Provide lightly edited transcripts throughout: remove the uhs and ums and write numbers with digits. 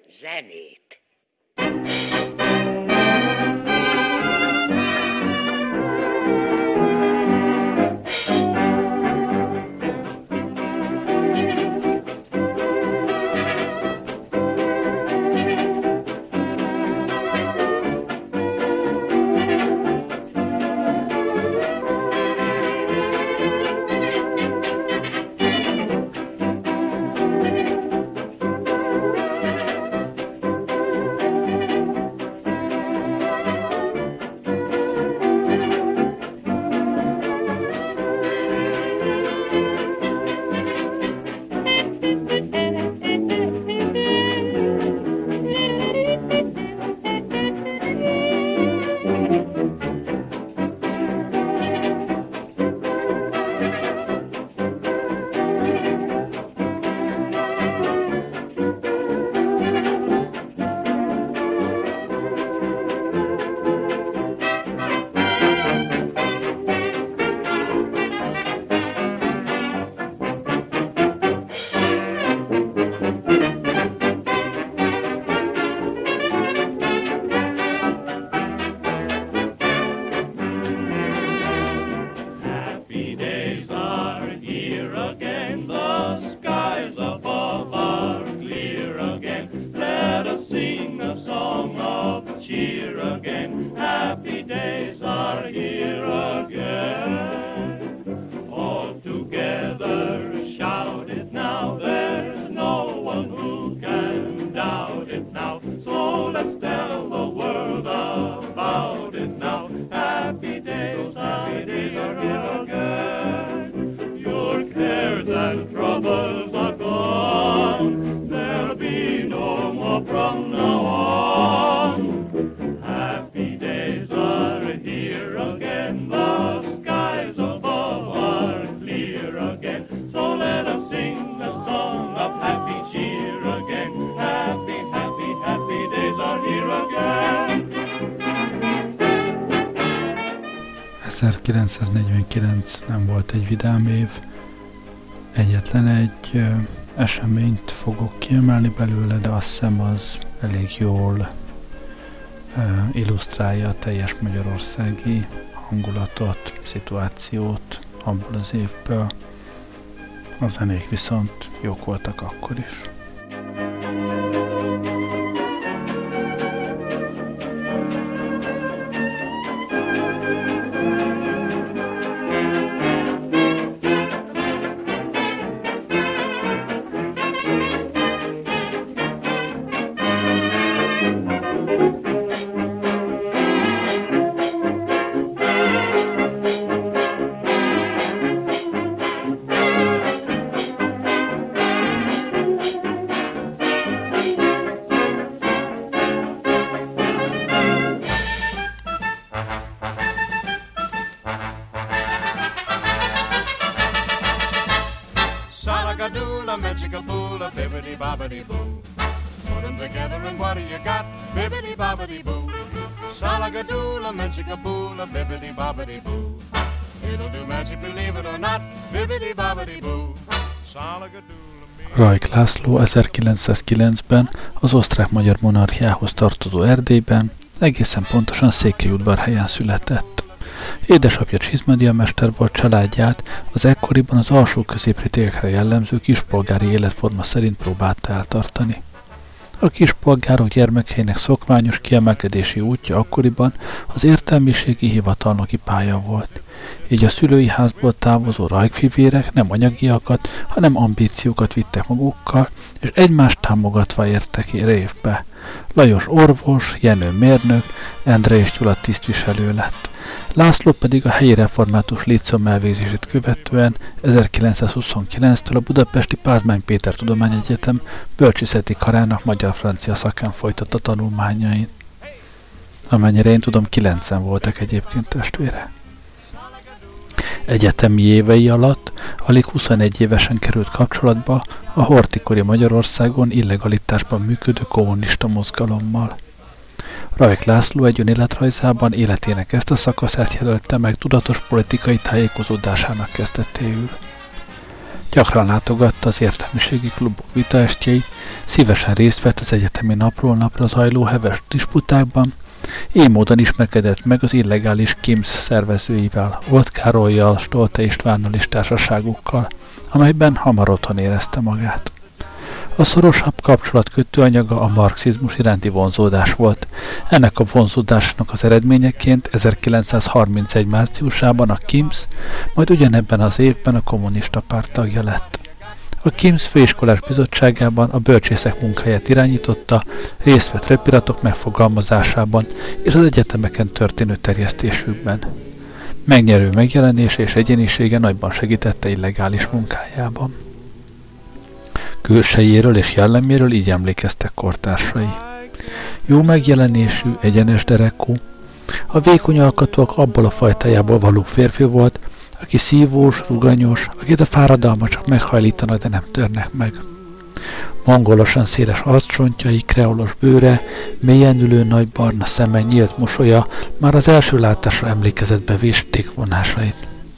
zenét. Nem volt egy vidám év, egyetlen egy eseményt fogok kiemelni belőle, de azt hiszem az elég jól illusztrálja a teljes magyarországi hangulatot, szituációt abból az évből. A zenék viszont jók voltak akkor is. Rajk László 1909-ben az osztrák-magyar monarchiához tartozó Erdélyben, egészen pontosan Székelyudvarhelyen született. Édesapja csizmadiamester volt, családját az ekkoriban az alsó középrétegekre jellemző kispolgári életforma szerint próbálta eltartani. A kispolgárok gyermekeinek szokványos kiemelkedési útja akkoriban az értelmiségi hivatalnoki pálya volt. Így a szülői házból távozó Rajk-fivérek nem anyagiakat, hanem ambíciókat vittek magukkal, és egymást támogatva értek révbe. Lajos orvos, Jenő mérnök, Endre és Gyula tisztviselő lett. László pedig a helyi református líceum elvégzését követően 1929-től a budapesti Pázmány Péter Tudományegyetem bölcsészeti karának magyar-francia szakán folytatta tanulmányait. Amennyire én tudom, 9-en voltak egyébként testvére. Egyetemi évei alatt alig 21 évesen került kapcsolatba a horthy-kori Magyarországon illegalitásban működő kommunista mozgalommal. Rajk László egy önéletrajzában életének ezt a szakaszát jelölte meg tudatos politikai tájékozódásának kezdetéül. Gyakran látogatta az értelmiségi klubok vitaestjeit, szívesen részt vett az egyetemi napról napra zajló heves disputákban, így módon ismerkedett meg az illegális KIMS szervezőivel, Olt Károlyjal, Stolte Istvánnal és társaságukkal, amelyben hamar otthon érezte magát. A szorosabb kapcsolatkötő anyaga a marxizmus iránti vonzódás volt. Ennek a vonzódásnak az eredményeként 1931. márciusában a KIMS, majd ugyanebben az évben a kommunista párt tagja lett. A KIMS főiskolás bizottságában a bölcsészek munkáját irányította, részt vett röpiratok megfogalmazásában és az egyetemeken történő terjesztésükben. Megnyerő megjelenése és egyénisége nagyban segítette illegális munkájában. Külsejéről és jelleméről így emlékeztek kortársai. Jó megjelenésű, egyenes derekú, a vékony alkatúak abból a fajtájából való férfi volt, aki szívós, ruganyos, akit a fáradalmak csak meghajlítanak, de nem törnek meg. Mongolosan széles arccsontjai, kreolos bőre, mélyen ülő nagy barna szeme, nyílt mosolya már az első látásra emlékezetbe vésték vonásait.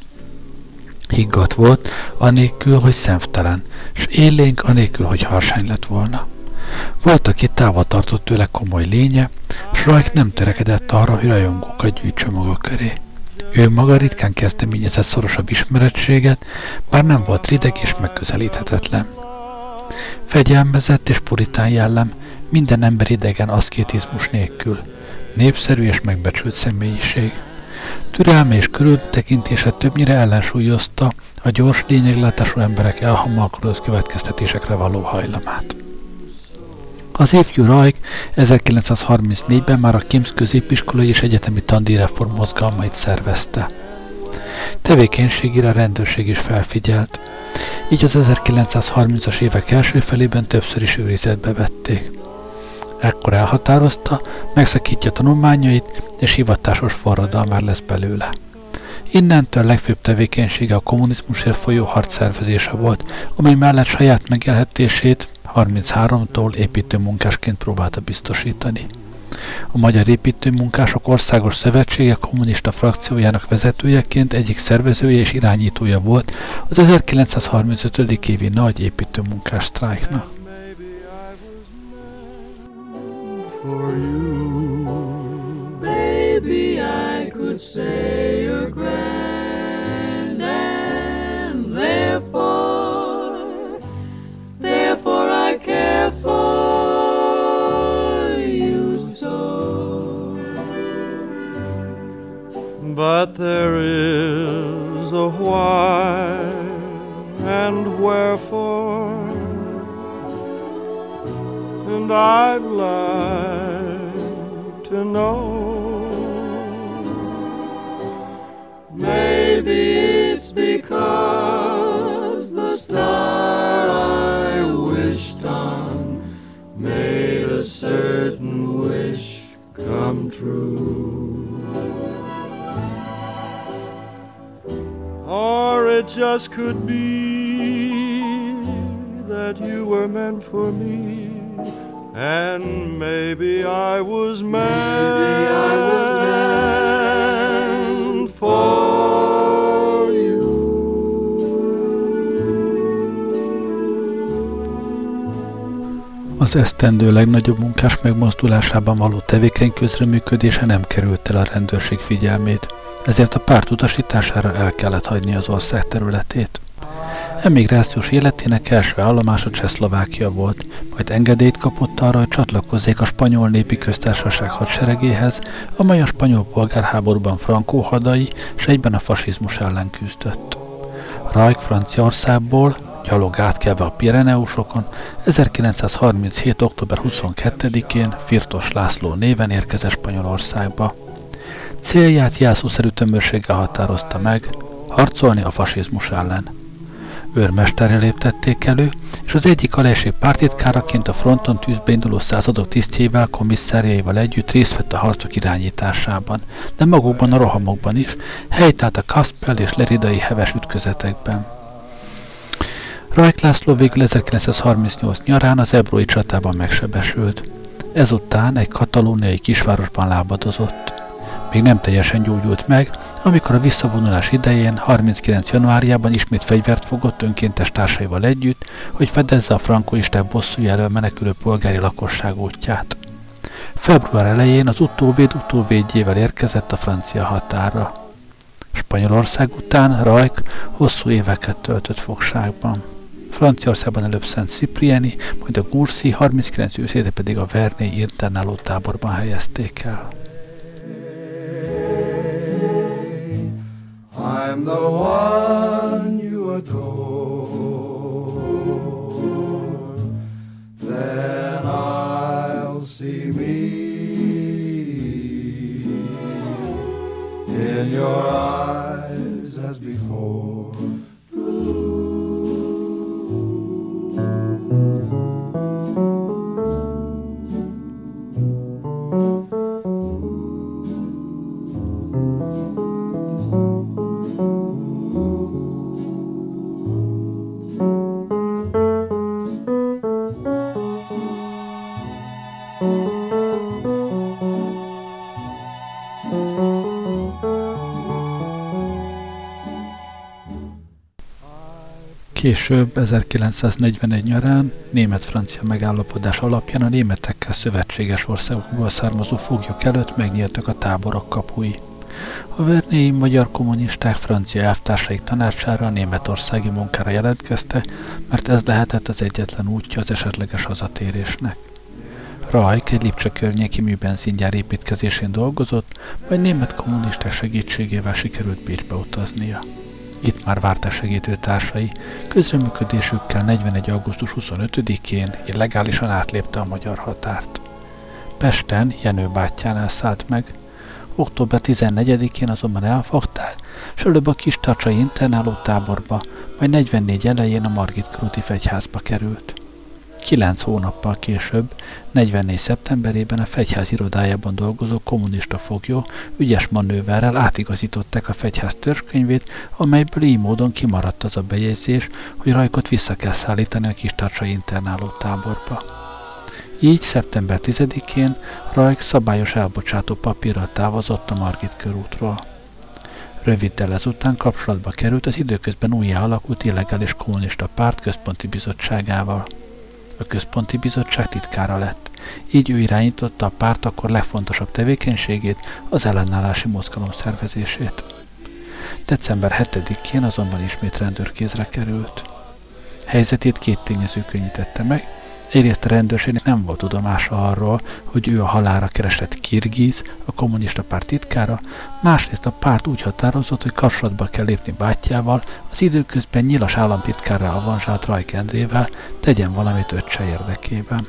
Higgadt volt, anélkül, hogy szemtelen, s élénk, anélkül, hogy harsány lett volna. Volt, aki távol tartott tőle komoly lénye, s Rajk nem törekedett arra, hogy rajongókat gyűjtsön maga köré. Ő maga ritkán kezdeményezett szorosabb ismerettséget, bár nem volt rideg és megközelíthetetlen. Fegyelmezett és puritán jellem, minden ember idegen aszkétizmus nélkül. Népszerű és megbecsült személyiség. Türelme és körültekintése többnyire ellensúlyozta a gyors lényeglátású emberek elhamarkodott következtetésekre való hajlamát. Az ifjú Rajk 1934-ben már a KIMS középiskolai és egyetemi tandíjreform mozgalmait szervezte. Tevékenységére a rendőrség is felfigyelt, így az 1930-as évek első felében többször is őrizetbe vették. Ekkor elhatározta, megszakítja tanulmányait, és hivatásos forradalmár lesz belőle. Innentől legfőbb tevékenysége a kommunizmusért folyó harc szervezése volt, amely mellett saját megélhetését 33-tól építőmunkásként próbálta biztosítani. A Magyar Építőmunkások Országos Szövetsége kommunista frakciójának vezetőjeként egyik szervezője és irányítója volt az 1935. évi nagy építőmunkás sztrájknak. For you, baby, I could say you're grand, and therefore I care for you so. But there is a why and wherefore, and I'd like to know. Maybe it's because the star I wished on made a certain wish come true. Or it just could be that you were meant for me, and maybe I was meant for you. Az esztendő legnagyobb munkás megmozdulásában való tevékeny közreműködése nem került el a rendőrség figyelmét, ezért a párt utasítására el kellett hagyni az ország területét. Emigrációs életének első állomása Csehszlovákia volt, majd engedélyt kapott arra, hogy csatlakozzék a spanyol népi köztársaság hadseregéhez, amely a spanyol polgárháborúban Franco hadai és egyben a fasizmus ellen küzdött. Rajk Franciaországból, gyalog átkelve a Pireneusokon, 1937. október 22-én Firtos László néven érkezett Spanyolországba. Célját jelszószerű tömörséggel határozta meg, harcolni a fasizmus ellen. Őrmesterre léptették elő, és az egyik alelség pártitkáraként a fronton tűzbe induló századok tisztjével, komisszáriaival együtt részt vett a harcok irányításában, de magukban a rohamokban is, helyt állt a Kaspel és leridai heves ütközetekben. Rajk László végül 1938 nyarán az ebrói csatában megsebesült. Ezután egy katalóniai kisvárosban lábadozott. Még nem teljesen gyógyult meg, Amikor a visszavonulás idején, 39. januárjában ismét fegyvert fogott önkéntes társaival együtt, hogy fedezze a frankoisták bosszúja elől menekülő polgári lakosság útját. Február elején az utóvédjével érkezett a francia határra. Spanyolország után Rajk hosszú éveket töltött fogságban. Franciaországban előbb Szent Cipriani, majd a Gursi, 39 őszére pedig a Vernet internáló táborban helyezték el. I'm the one you adore, then I'll see me in your eyes as before. Később, 1941 nyarán, német-francia megállapodás alapján a németekkel szövetséges országokból származó foglyok előtt megnyíltak a táborok kapui. A vernéi magyar kommunisták francia elvtársaik tanácsára a németországi munkára jelentkezte, mert ez lehetett az egyetlen útja az esetleges hazatérésnek. Rajk egy Lipcse környéki műbenzingyár építkezésén dolgozott, majd német kommunisták segítségével sikerült Bécsbe utaznia. Itt már várták segítőtársai, közreműködésükkel 41. augusztus 25-én illegálisan átlépte a magyar határt. Pesten Jenő bátyjánál szállt meg, október 14-én azonban elfogták, s előbb a Kistarcsai internáló táborba, majd 44 elején a Margit körúti fegyházba került. 9 hónappal később, 44. szeptemberében a fegyház irodájában dolgozó kommunista foglyok ügyes manőverrel átigazították a fegyház törzskönyvét, amelyből így módon kimaradt az a bejegyzés, hogy Rajkot vissza kell szállítani a Kistarcsai internáló táborba. Így szeptember 10-én Rajk szabályos elbocsátó papírral távozott a Margit körútról. Röviddel ezután kapcsolatba került az időközben újjá alakult illegális kommunista párt központi bizottságával. A központi bizottság titkára lett, így ő irányította a párt akkor legfontosabb tevékenységét, az ellenállási mozgalom szervezését. December 7-én azonban ismét rendőrkézre került. Helyzetét két tényező könnyítette meg. Egyrészt a rendőrségnek nem volt tudomása arról, hogy ő a halálra keresett kirgiz, a kommunista párt titkára, másrészt a párt úgy határozott, hogy kapcsolatba kell lépni bátyjával, az időközben nyilas államtitkárra avanzsált Rajk Endrével, tegyen valamit öccse érdekében.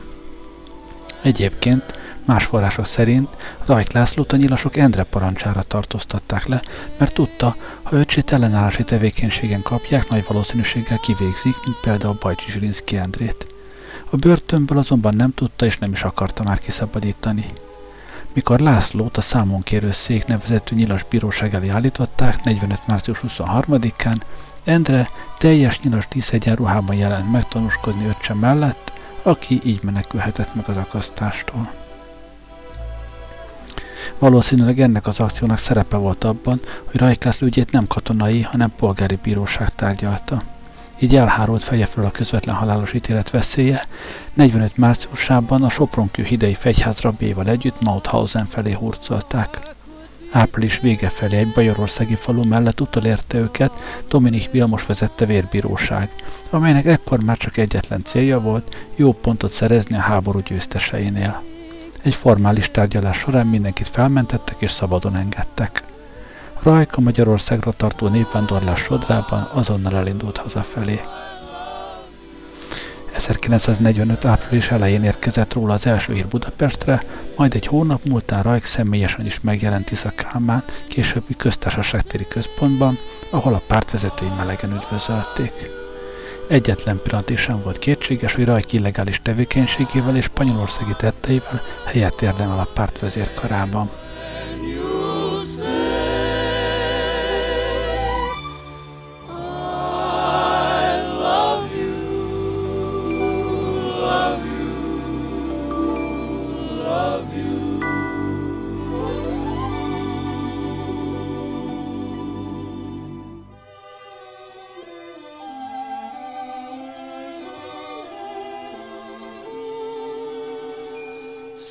Egyébként, más források szerint Rajk Lászlót a nyilasok Endre parancsára tartóztatták le, mert tudta, ha öccsét ellenállási tevékenységen kapják, nagy valószínűséggel kivégzik, mint például Bajcsi Zsilinszky Endrét. A börtönből azonban nem tudta és nem is akarta már kiszabadítani. Mikor Lászlót a számonkérő szék nevezetű nyilas bíróság elé állították 45. március 23-án, Endre teljes nyilas díszegyenruhában jelent meg tanúskodni öccse mellett, aki így menekülhetett meg az akasztástól. Valószínűleg ennek az akciónak szerepe volt abban, hogy Rajk László ügyét nem katonai, hanem polgári bíróság tárgyalta. Így elhárult feje föl a közvetlen halálos ítélet veszélye, 45 márciusában a Sopronkő hidei fegyház rabjaival együtt Mauthausen felé hurcolták. Április vége felé egy bajorországi falu mellett utolérte őket Dominik Vilmos vezette vérbíróság, amelynek ekkor már csak egyetlen célja volt, jó pontot szerezni a háború győzteseinél. Egy formális tárgyalás során mindenkit felmentettek és szabadon engedtek. Rajk a Magyarországra tartó népvándorlás sodrában azonnal elindult hazafelé. 1945. április elején érkezett róla az első hír Budapestre, majd egy hónap múltán Rajk személyesen is megjelent Tisza Kálmán későbbi köztársaságtéri központban, ahol a pártvezetői melegen üdvözölték. Egyetlen pillanatig sem volt kétséges, hogy Rajk illegális tevékenységével és spanyolországi tetteivel helyet érdemel a párt vezérkarában.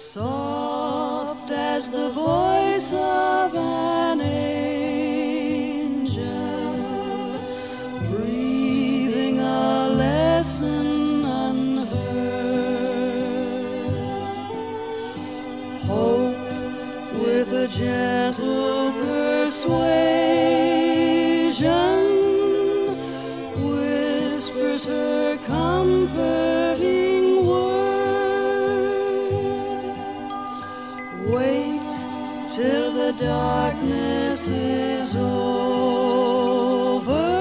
Soft as the voice of an angel, breathing a lesson unheard. Hope with a gentle persuasion whispers her comforting word. Wait till the darkness is over.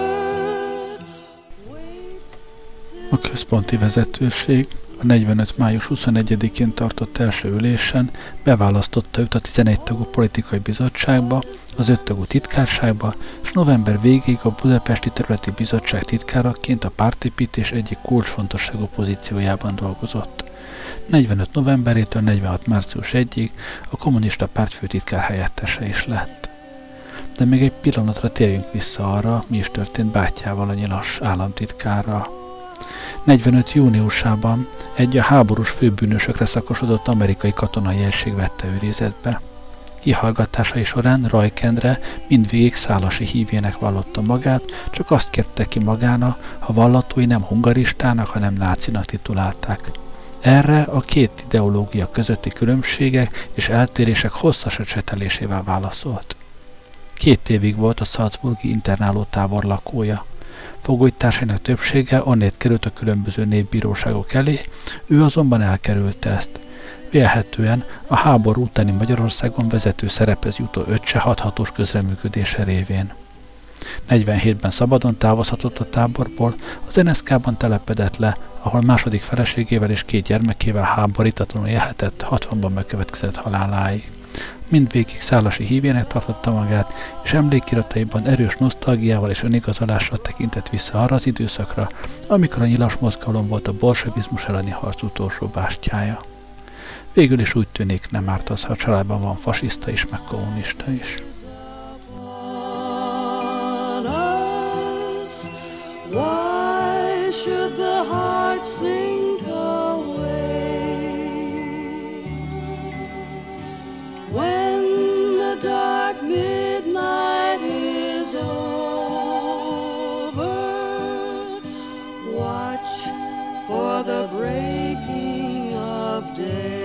A központi vezetőség a 45. május 21-én tartott első ülésen beválasztotta őt a 11 tagú politikai bizottságba, az 5 tagú titkárságba, és november végéig a Budapesti Területi Bizottság titkáraként a pártépítés egyik kulcsfontosságú pozíciójában dolgozott. 45. novemberétől 46. március 1-ig a kommunista párt főtitkár helyettese is lett. De még egy pillanatra térjünk vissza arra, mi is történt bátyjával, a nyilas államtitkárral. 45. júniusában egy a háborús főbűnösökre szakosodott amerikai katonai egység vette őrizetbe. Kihallgatásai során Rajk Endre mindvégig szálasi hívjének vallotta magát, csak azt kérte ki magának, ha vallatói nem hungaristának, hanem nácinak titulálták. Erre a két ideológia közötti különbségek és eltérések hosszas ecsetelésével válaszolt. 2 évig volt a salzburgi internálótábor lakója. Fogolytársainak többsége onnét került a különböző népbíróságok elé, ő azonban elkerülte ezt. Vélhetően a háború utáni Magyarországon vezető szerephez jutó öccse hathatós közreműködése révén. 47-ben szabadon távozhatott a táborból, az NSZK-ban telepedett le, ahol második feleségével és 2 gyermekével háborítatlanul élhetett 60-ban megkövetkezett haláláig. Mindvégig szálasi hívjének tartotta magát, és emlékirataiban erős nosztalgiával és önigazolással tekintett vissza arra az időszakra, amikor a nyilas mozgalom volt a bolsevizmus elleni harc utolsó bástyája. Végül is úgy tűnik, nem árt az, ha a családban van fasiszta is, meg kommunista is. Why should the heart sink away when the dark midnight is over? Watch for the breaking of day.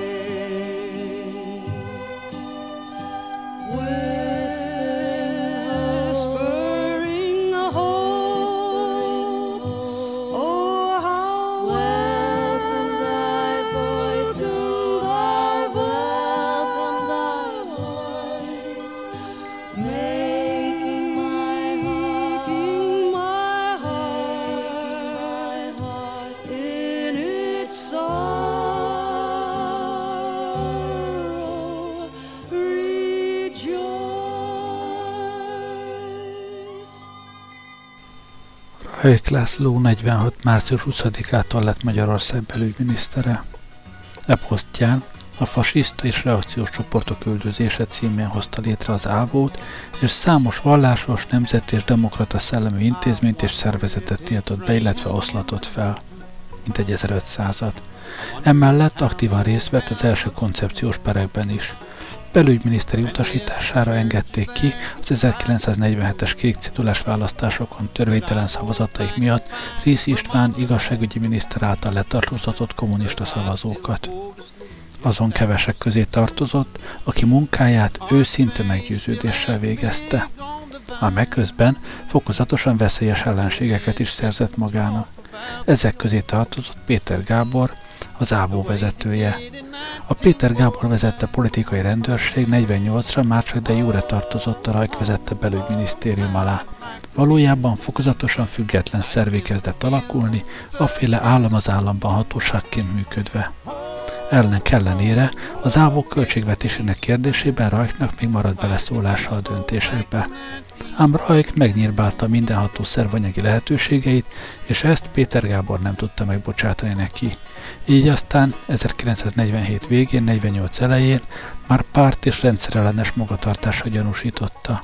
Rajk László 46. március 20-ától lett Magyarország belügyminisztere. E posztján a Fasiszta és Reakciós Csoportok Üldözése címén hozta létre az ÁVÓt, és számos vallásos, nemzeti és demokrata szellemű intézményt és szervezetet tiltott be, illetve oszlatott fel, mintegy 1500-at. Emellett aktívan részt vett az első koncepciós perekben is. Belügyminiszteri utasítására engedték ki az 1947-es kék cédulás választásokon törvénytelen szavazataik miatt Rész István igazságügyi miniszter által letartóztatott kommunista szavazókat. Azon kevesek közé tartozott, aki munkáját őszinte meggyőződéssel végezte. Ám eközben fokozatosan veszélyes ellenségeket is szerzett magának. Ezek közé tartozott Péter Gábor, az ÁVÓ vezetője. A Péter Gábor vezette politikai rendőrség 48-ra már csak de jure tartozott a Rajk vezette belügyminisztérium alá. Valójában fokozatosan független szervé kezdett alakulni, afféle állam az államban hatóságként működve. Ennek ellenére az ÁVÓ költségvetésének kérdésében Rajknak még maradt beleszólása a döntésekbe. Ám Rajk megnyírbálta minden hatószerv anyagi lehetőségeit, és ezt Péter Gábor nem tudta megbocsátani neki. Így aztán 1947 végén, 48 elején már párt és rendszerellenes magatartásra gyanúsította.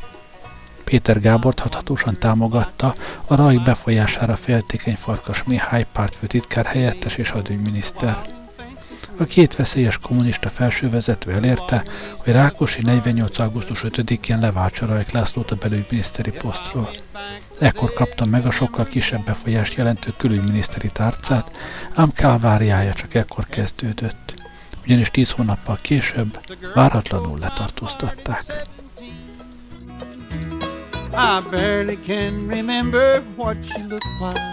Péter Gábort hathatósan támogatta a Rajk befolyására féltékeny Farkas Mihály pártfőtitkár helyettes és hadügyminiszter. A két veszélyes kommunista felsővezető elérte, hogy Rákosi 48. augusztus 5-én leváltsa Rajk Lászlót a belügyminiszteri posztról. Ekkor kapta meg a sokkal kisebb befolyást jelentő külügyminiszteri tárcát, ám Kálváriája csak ekkor kezdődött. Ugyanis 10 hónappal később váratlanul letartóztatták. I barely can remember what she looked like.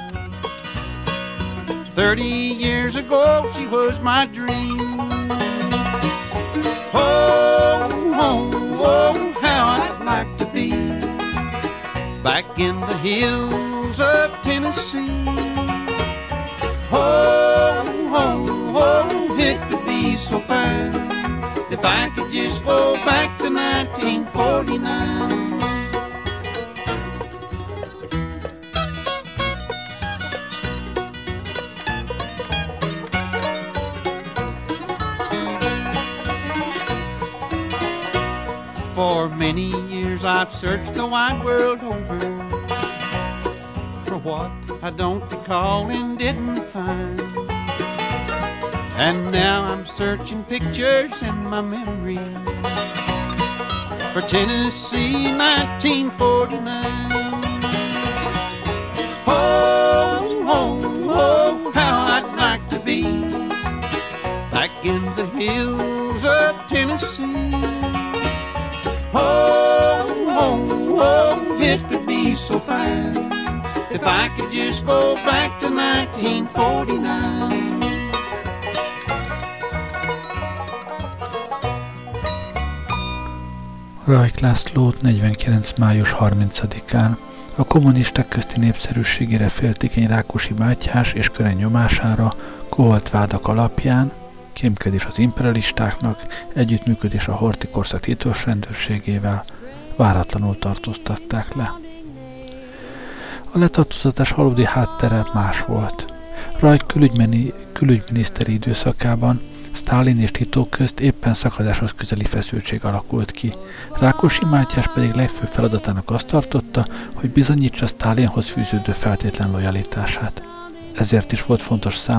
30 years ago she was my dream. Oh, oh, oh, how I'd like to be back in the hills of Tennessee. Oh, oh, oh, it could be so fine if I could just go back to 1949. For many years I've searched the wide world over for what I don't recall and didn't find. And now I'm searching pictures in my memory for Tennessee 1949. Oh, oh, oh, how I'd like to be back in the hills of Tennessee. Oh, oh, oh, it could be so fine if I could just go back to 1949. Rajk Lászlót 49. május 30-án a kommunisták közti népszerűségére féltékeny Rákosi Mátyás és köre nyomására koholt vádak alapján kémkedés az imperialistáknak, együttműködés a horthy korszak titkos rendőrségével váratlanul tartóztatták le. A letartóztatás valódi háttere más volt. Rajk külügyminiszteri időszakában Sztálin és Tito közt éppen szakadáshoz közeli feszültség alakult ki. Rákosi Mátyás pedig legfőbb feladatának azt tartotta, hogy bizonyítsa Sztálinhoz fűződő feltétlen lojalitását. Ez azért is volt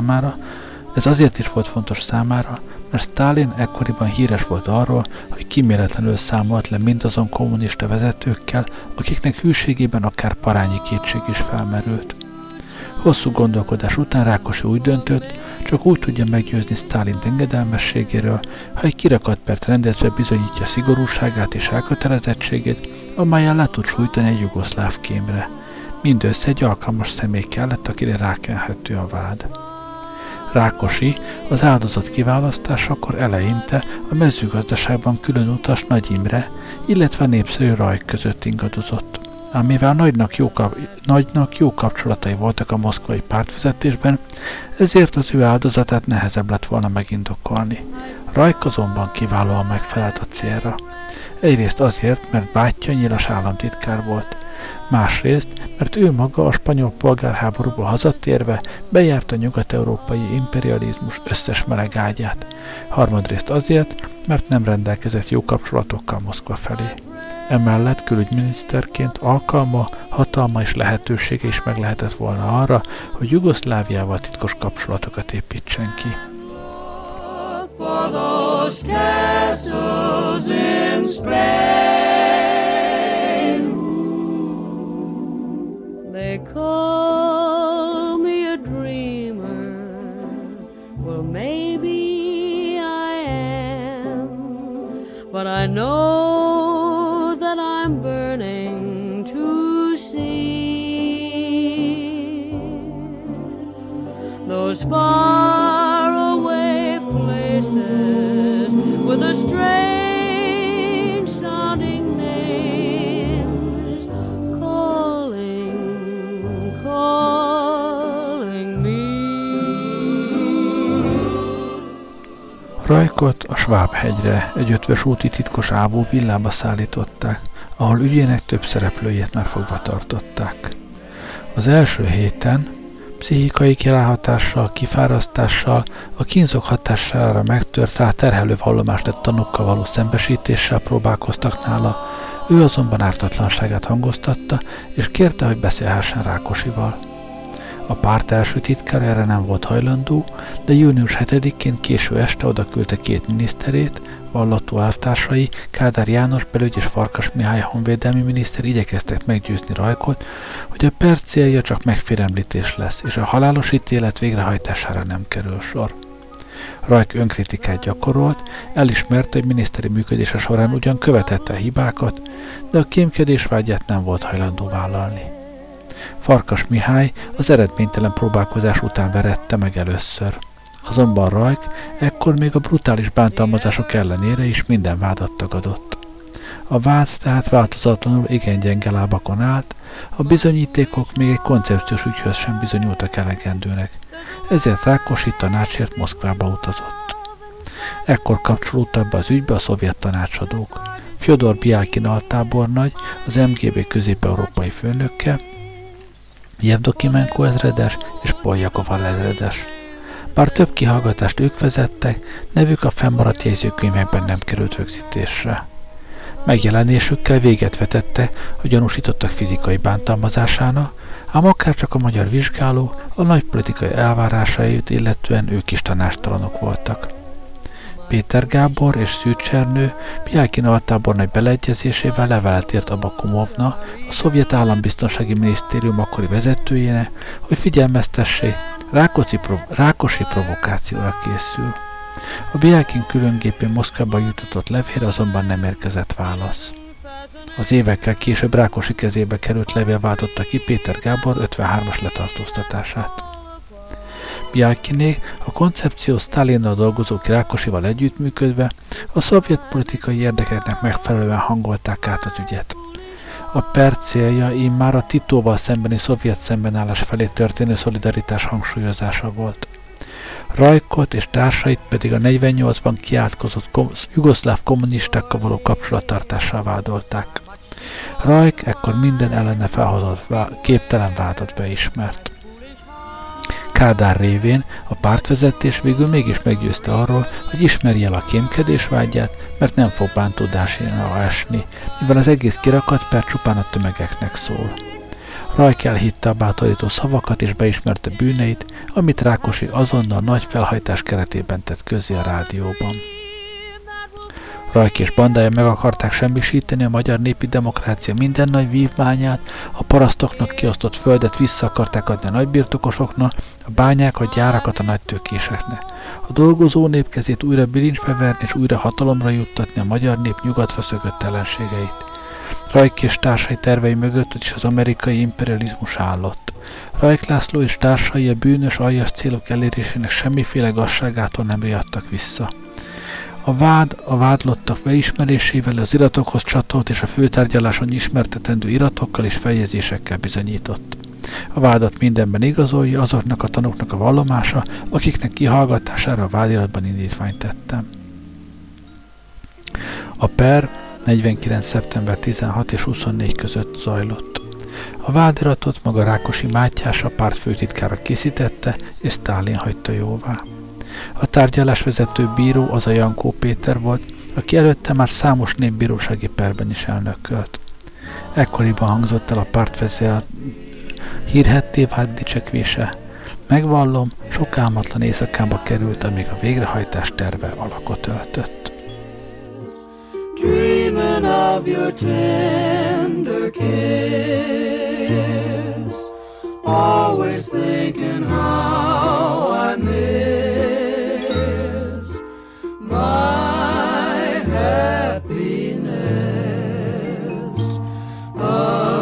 fontos számára, mert Sztálin ekkoriban híres volt arról, hogy kíméletlenül számolt le mindazon kommunista vezetőkkel, akiknek hűségében akár parányi kétség is felmerült. Hosszú gondolkodás után Rákosi úgy döntött, csak úgy tudja meggyőzni Sztálin engedelmességéről, ha egy kirakat pert rendezve bizonyítja szigorúságát és elkötelezettségét, amelyen le tud sújtani egy jugoszláv kémre. Mindössze egy alkalmas személy kellett, akire rákenhető a vád. Rákosi az áldozat kiválasztásakor eleinte a mezőgazdaságban külön utas Nagy Imre, illetve a népszerű Rajk között ingadozott. Ám mivel Nagynak jó kapcsolatai voltak a moszkvai pártvezetésben, ezért az ő áldozatát nehezebb lett volna megindokolni. Rajk azonban kiválóan megfelelt a célra. Egyrészt azért, mert bátyja nyilas államtitkár volt. Másrészt, mert ő maga a spanyol polgárháborúból hazatérve bejárta a nyugat-európai imperializmus összes meleg ágyát. Harmadrészt azért, mert nem rendelkezett jó kapcsolatokkal Moszkva felé. Emellett külügyminiszterként alkalma, hatalma és lehetősége is meg lehetett volna arra, hogy Jugoszláviával titkos kapcsolatokat építsen ki. For those castles in Spain, they call me a dreamer. Well, maybe I am, but I know that I'm burning to see those faraway places with a strange sounding names calling me. Rajkot a Sváb-hegyre, egy 50-es úti titkos ávó villába szállították, ahol ügyének több szereplőjét már fogva tartották. Az első héten pszichikai kiráhatással, kifárasztással, a kínzók hatására megtört rá terhelő vallomást tett tanúkkal való szembesítéssel próbálkoztak nála, ő azonban ártatlanságát hangoztatta, és kérte, hogy beszélhessen Rákosival. A párt első titkára erre nem volt hajlandó, de június 7-én késő este oda küldte 2 miniszterét, vallató elvtársai, Kádár János belügy és Farkas Mihály honvédelmi miniszter igyekeztek meggyőzni Rajkot, hogy a per célja csak megfélemlítés lesz, és a halálos ítélet végrehajtására nem kerül sor. Rajk önkritikát gyakorolt, elismerte, hogy miniszteri működése során ugyan követette a hibákat, de a kémkedés vágyát nem volt hajlandó vállalni. Farkas Mihály az eredménytelen próbálkozás után verette meg először. Azonban Rajk ekkor még a brutális bántalmazások ellenére is minden vádat tagadott. A vád tehát változatlanul igen gyenge lábakon állt, a bizonyítékok még egy koncepciós ügyhöz sem bizonyultak elegendőnek, ezért Rákosi tanácsért Moszkvába utazott. Ekkor kapcsolódtak be az ügybe a szovjet tanácsadók. Fjodor Bjelkin altábornagy, az MGB közép-európai főnöke, Jevdokimenko ezredes és Poljakov ezredes. Bár több kihallgatást ők vezettek, nevük a fennmaradt jegyzőkönyvekben nem került rögzítésre. Megjelenésükkel véget vetette a gyanúsítottak fizikai bántalmazásának, ám akárcsak a magyar vizsgáló a nagy politikai elvárásait illetően ők is tanástalanok voltak. Péter Gábor és Szűcs Ernő Bjelkin altábornagy beleegyezésével levelet írt Abakumovna, a szovjet állambiztonsági minisztérium akkori vezetőjének, hogy figyelmeztessék, Rákosi provokációra készül. A Bjelkin különgépén Moszkvába jutatott levélre azonban nem érkezett válasz. Az évekkel később Rákosi kezébe került levél váltotta ki Péter Gábor 53-as letartóztatását. Bjelkinék a koncepció Sztálinnal dolgozó Rákosival együttműködve a szovjet politikai érdekeknek megfelelően hangolták át az ügyet. A per célja immár a Titóval szembeni szovjet szembenállás felé történő szolidaritás hangsúlyozása volt. Rajkot és társait pedig a 48-ban kiátkozott jugoszláv kommunistákkal való kapcsolattartással vádolták. Rajk ekkor minden ellene felhozott képtelen vádat beismert. Kádár révén a pártvezetés végül mégis meggyőzte arról, hogy ismerje el a kémkedés vágyát, mert nem fog bántódásra esni, mivel az egész kirakat per csupán a tömegeknek szól. Rajk elhitte a bátorító szavakat és beismerte bűneit, amit Rákosi azonnal nagy felhajtás keretében tett közzé a rádióban. Rajk és bandája meg akarták semmisíteni a magyar népi demokrácia minden nagy vívmányát, a parasztoknak kiosztott földet vissza akarták adni a nagybirtokosoknak, a bányák, a gyárakat a nagytőkéseknek. A dolgozó nép kezét újra bilincsbe verni és újra hatalomra juttatni a magyar nép nyugatra szökött ellenségeit. Rajk és társai tervei mögött is az amerikai imperializmus állott. Rajk László és társai a bűnös, aljas célok elérésének semmiféle gazságától nem riadtak vissza. A vádlottak beismerésével az iratokhoz csatolt és a főtárgyaláson ismertetendő iratokkal és feljegyzésekkel bizonyított. A vádat mindenben igazolja azoknak a tanúknak a vallomása, akiknek kihallgatására a vádiratban indítványt tettem. A per 49. szeptember 16 és 24 között zajlott. A vádiratot maga Rákosi Mátyás a párt főtitkára készítette, és Sztálin hagyta jóvá. A tárgyalásvezető bíró az a Jankó Péter volt, aki előtte már számos népbírósági perben is elnökölt. Ekkoriban hangzott el a pártvezér hírhedté vált dicsekvése. Megvallom, sok álmatlan éjszakába került, amíg a végrehajtás terve alakot öltött. Dreaming of your tender kiss, always thinking how I miss my happiness. A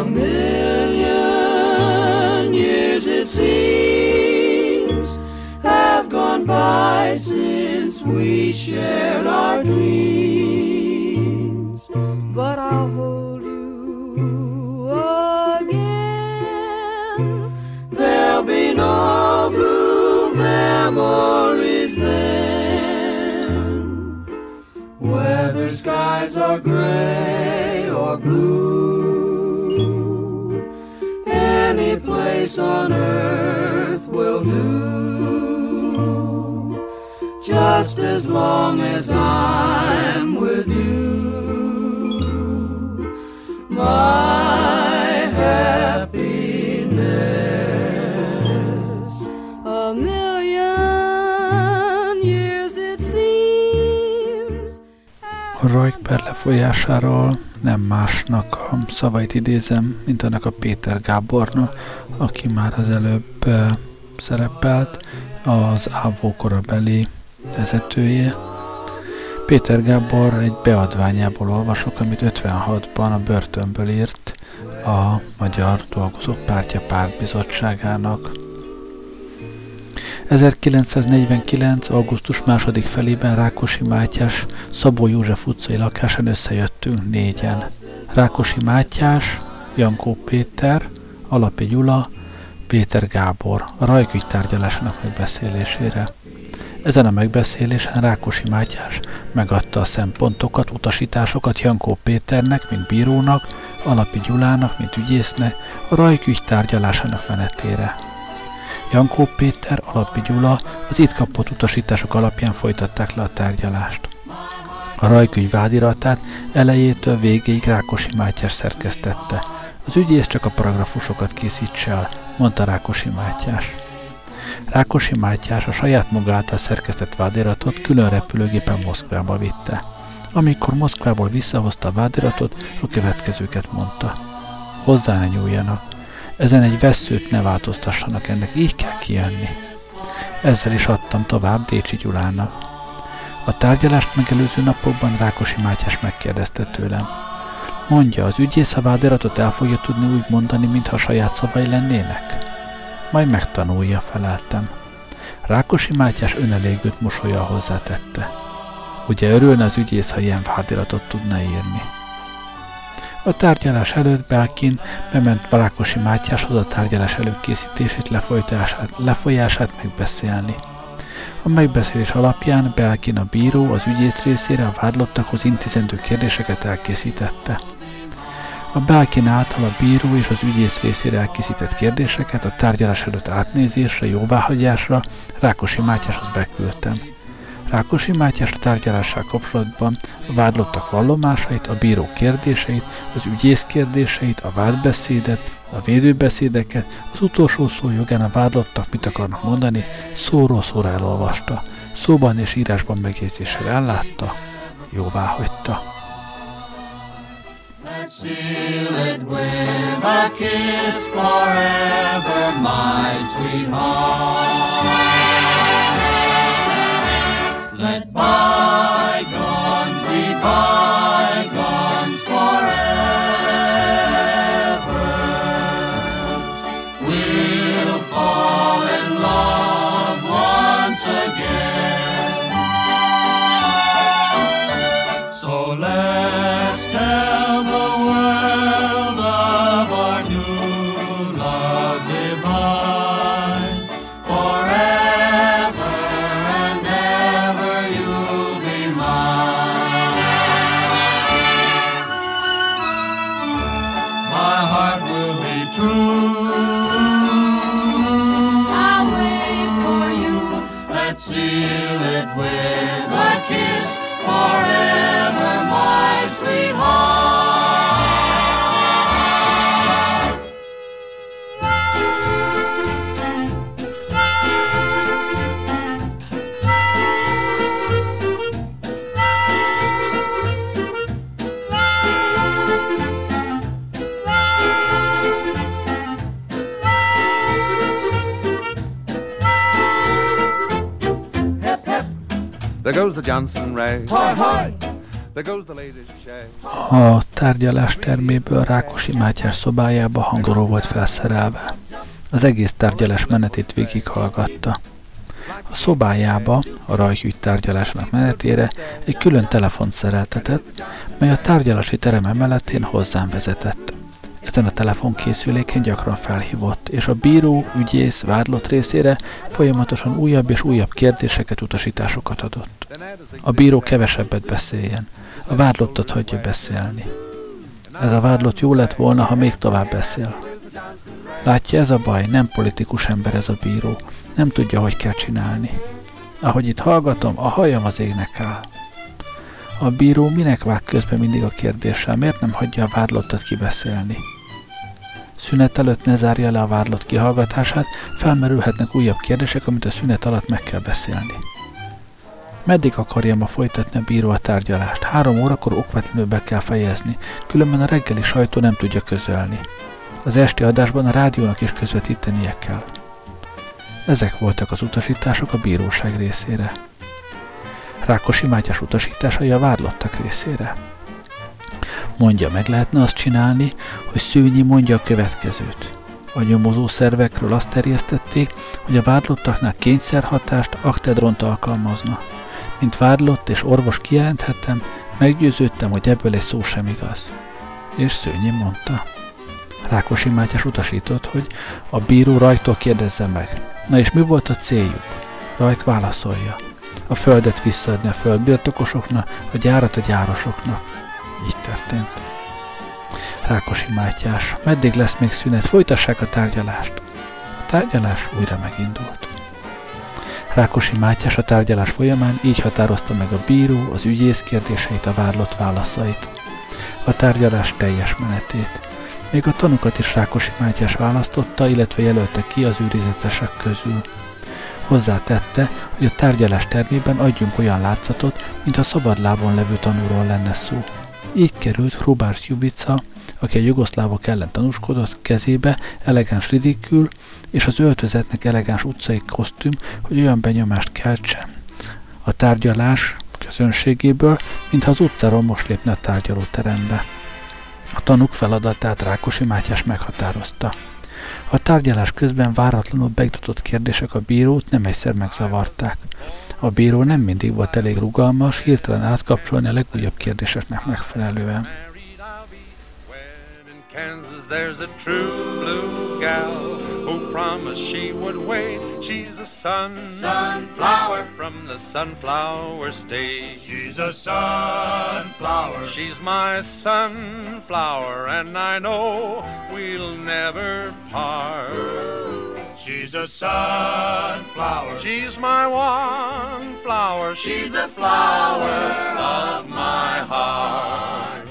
million years it seems have gone by since we shared our dreams, but I'll hold you again. There'll be no blue memories then, whether skies are gray or blue. Any place on earth will do, just as long as I'm with you. My happiness. Rajkper lefolyásáról nem másnak a szavait idézem, mint annak a Péter Gábornak, aki már az előbb szerepelt, az Ávó korabeli vezetője. Péter Gábor egy beadványából olvasok, amit 56-ban a börtönből írt a Magyar Dolgozók Pártja Pártbizottságának. 1949. augusztus második felében Rákosi Mátyás Szabó József utcai lakásán összejöttünk négyen. Rákosi Mátyás, Jankó Péter, Alapi Gyula, Péter Gábor a Rajk-ügy tárgyalásának megbeszélésére. Ezen a megbeszélésen Rákosi Mátyás megadta a szempontokat, utasításokat Jankó Péternek, mint bírónak, Alapi Gyulának, mint ügyésznek, a Rajk-ügy tárgyalásának menetére. Jankó Péter, Alapi Gyula az itt kapott utasítások alapján folytatták le a tárgyalást. A Rajk-ügy vádiratát elejétől végéig Rákosi Mátyás szerkesztette. Az ügyész csak a paragrafusokat készítse el, mondta Rákosi Mátyás. Rákosi Mátyás a saját maga által szerkesztett vádiratot külön repülőgépen Moszkvába vitte. Amikor Moszkvából visszahozta a vádiratot, a következőket mondta. Hozzá ne nyúljanak. Ezen egy vesszőt ne változtassanak, ennek így kell kijönni. Ezzel is adtam tovább Décsi Gyulának. A tárgyalást megelőző napokban Rákosi Mátyás megkérdezte tőlem. Mondja, az ügyész a vádiratot el fogja tudni úgy mondani, mintha saját szavai lennének? Majd megtanulja, feleltem. Rákosi Mátyás önelégült mosollyal hozzátette. Ugye örülne az ügyész, ha ilyen vádiratot tudna írni. A tárgyalás előtt Belkin bement Rákosi Mátyáshoz a tárgyalás előkészítését, lefolyását megbeszélni. A megbeszélés alapján Belkin a bíró az ügyész részére a vádlottakhoz intézendő kérdéseket elkészítette. A Belkin által a bíró és az ügyész részére elkészített kérdéseket a tárgyalás előtt átnézésre, jóváhagyásra Rákosi Mátyáshoz beküldtem. Rákosi Mátyás a tárgyalással kapcsolatban a vádlottak vallomásait, a bíró kérdéseit, az ügyész kérdéseit, a vádbeszédet, a védőbeszédeket, az utolsó szó jogán a vádlottak mit akarnak mondani, szóról szóra elolvasta, szóban és írásban megjegyzéssel ellátta, jóváhagyta. Let's seal it with a kiss forever, my sweetheart. Let bygones be bygones forever. We'll fall in love once again. So let's tell the world of our new love divine. Forever and ever you'll be mine. My heart will be true. I'll wait for you. Let's seal it with a kiss forever, my sweetheart. There goes the Johnson Ray. Hi, hi. There goes the latest Shay. A tárgyalás terméből Rákosi Mátyás szobájába hangoró volt felszerelve. Az egész tárgyalás menetét végighallgatta. A szobájába, a Rajk-ügy tárgyalásának menetére egy külön telefont szereltetett, mely a tárgyalási terem emeletén hozzám vezetett. Ezen a telefonkészüléken gyakran felhívott, és a bíró, ügyész, vádlott részére folyamatosan újabb és újabb kérdéseket, utasításokat adott. A bíró kevesebbet beszéljen, a vádlottat hagyja beszélni. Ez a vádlott jó lett volna, ha még tovább beszél. Látja, ez a baj, nem politikus ember ez a bíró, nem tudja, hogy kell csinálni. Ahogy itt hallgatom, a hajam az égnek áll. A bíró minek vág közben mindig a kérdéssel, miért nem hagyja a vádlottat kibeszélni? Szünet előtt ne zárja le a vádlott kihallgatását, felmerülhetnek újabb kérdések, amit a szünet alatt meg kell beszélni. Meddig akarja ma folytatni a bíró a tárgyalást? 3 órakor okvetlenül be kell fejezni, különben a reggeli sajtó nem tudja közölni. Az esti adásban a rádiónak is közvetítenie kell. Ezek voltak az utasítások a bíróság részére. Rákosi Mátyás utasításai a vádlottak részére. Mondja, meg lehetne azt csinálni, hogy Szőnyi mondja a következőt. A nyomozó szervekről azt terjesztették, hogy a vádlottaknál kényszerhatást, aktedront alkalmazna. Mint vádlott és orvos kijelenthetem, meggyőződtem, hogy ebből egy szó sem igaz. És Szőnyi mondta. Rákosi Mátyás utasított, hogy a bíró Rajktól kérdezze meg. Na és mi volt a céljuk? Rajk válaszolja. A földet visszaadni a földbirtokosoknak, a gyárat a gyárosoknak. Így történt. Rákosi Mátyás, meddig lesz még szünet? Folytassák a tárgyalást. A tárgyalás újra megindult. Rákosi Mátyás a tárgyalás folyamán így határozta meg a bíró az ügyész kérdéseit, a vádlott válaszait. A tárgyalás teljes menetét. Még a tanúkat is Rákosi Mátyás választotta, illetve jelölte ki az őrizetesek közül. Hozzátette, hogy a tárgyalás termében adjunk olyan látszatot, mintha szabadlábon levő tanúról lenne szó. Így került Hrubárs Jubica, aki a jugoszlávok ellen tanúskodott, kezébe elegáns ridikül, és az öltözetnek elegáns utcai kosztüm, hogy olyan benyomást keltse a tárgyalás közönségéből, mintha az utcáról most lépne a tárgyalóterembe. A tanúk feladatát Rákosi Mátyás meghatározta. A tárgyalás közben váratlanul beiktatott kérdések a bírót nem egyszer megzavarták. A bíró nem mindig volt elég rugalmas, hirtelen átkapcsolni a legújabb kérdéseknek megfelelően. Kansas, there's a true blue gal who promised she would wait. She's a sunflower from the sunflower state. She's a sunflower. She's my sunflower, and I know we'll never part. She's a sunflower. She's my one flower. She's the flower of my heart.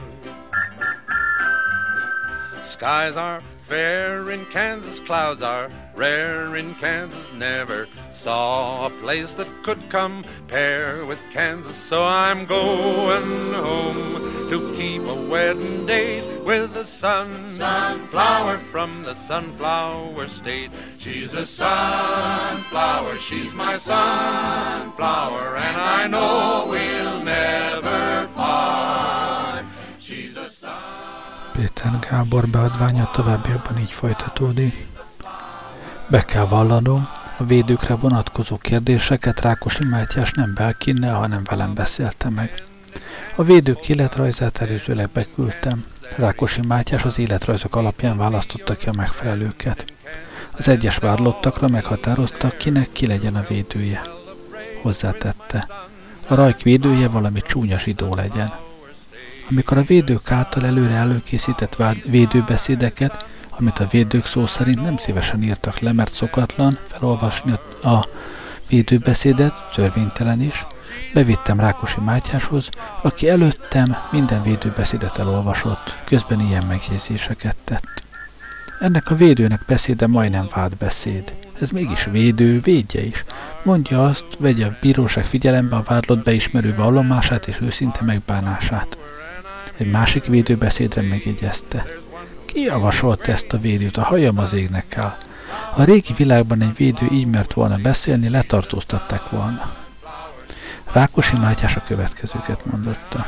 Skies are fair in Kansas, clouds are rare in Kansas. Never saw a place that could compare with Kansas. So I'm going home to keep a wedding date with the sunflower from the sunflower state. She's a sunflower, she's my sunflower, and I know we'll never part. She's a sunflower. Péter Gábor beadványa továbbiakban így folytatódik. Be kell vallanom, a védőkre vonatkozó kérdéseket Rákosi Mátyás nem Belkinnel, hanem velem beszélte meg. A védők életrajzát előzőleg beküldtem. Rákosi Mátyás az életrajzok alapján választotta ki a megfelelőket. Az egyes vádlottakra meghatározta, kinek ki legyen a védője. Hozzátette. A Rajk védője valami csúnya zsidó legyen. Amikor a védők által előre előkészített védőbeszédeket, amit a védők szó szerint nem szívesen írtak le, mert szokatlan felolvasni a védőbeszédet, törvénytelen is, bevittem Rákosi Mátyáshoz, aki előttem minden védőbeszédet elolvasott, közben ilyen megjegyzéseket tett. Ennek a védőnek beszéde majdnem vádbeszéd. Ez mégis védő, védje is. Mondja azt, vegye a bíróság figyelembe a vádlott beismerő vallomását és őszinte megbánását. Egy másik védőbeszédre megjegyezte. Ki javasolta ezt a védőt? A hajam az égnek áll. Ha a régi világban egy védő így mert volna beszélni, letartóztatták volna. Rákosi Mátyás a következőket mondotta.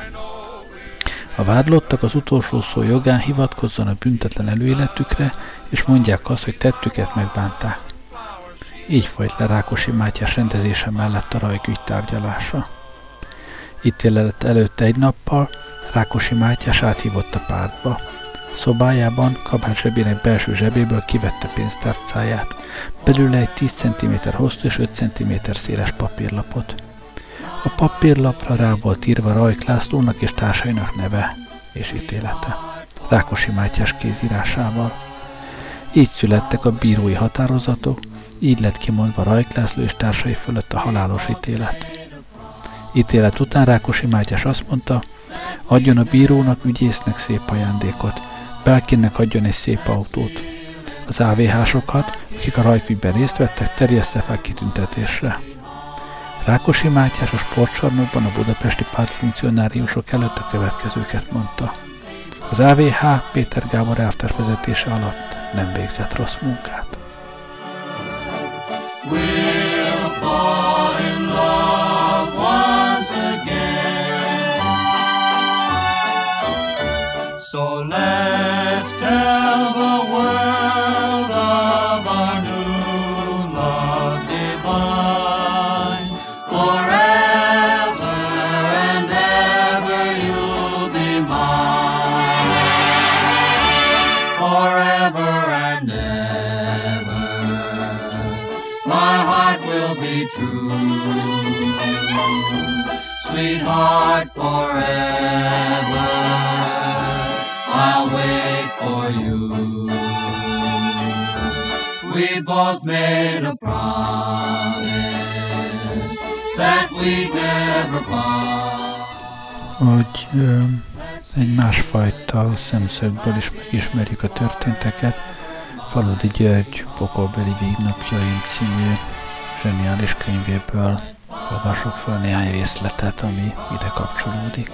A vádlottak az utolsó szó jogán hivatkozzon a büntetlen előéletükre, és mondják azt, hogy tettüket megbánták. Így folyt le Rákosi Mátyás rendezése mellett a Rajk ügy tárgyalása. Ítélet előtt egy nappal Rákosi Mátyás áthívott a pártba. Szobájában kabát zsebének belső zsebéből kivette pénztárcáját, belőle egy 10 cm hosszú és 5 cm széles papírlapot. A papírlapra rá volt írva Rajk Lászlónak és társainak neve és ítélete, Rákosi Mátyás kézírásával. Így születtek a bírói határozatok, így lett kimondva Rajk László és társai fölött a halálos ítélet. Ítélet után Rákosi Mátyás azt mondta, adjon a bírónak, ügyésznek szép ajándékot, Belkinnek adjon egy szép autót. Az AVH-sokat, akik a Rajk ügyben részt vettek, terjessze fel kitüntetésre. Rákosi Mátyás a sportcsarnokban a budapesti pártfunkcionáriusok előtt a következőket mondta. Az AVH Péter Gábor elvtárs vezetése alatt nem végzett rossz munkát. We'll fall in love once again. So let's tell the world of our new love divine. Forever and ever you'll be mine. Forever and ever my heart will be true. Sweetheart, forever I'll wait for you. We both made a promise that we'd never part. Hogy egy másfajta szemszögből is megismerjük a történteket, Faludi György Pokolbeli Végnapjaim című zseniális könyvéből olvasok fel néhány részletet, ami ide kapcsolódik.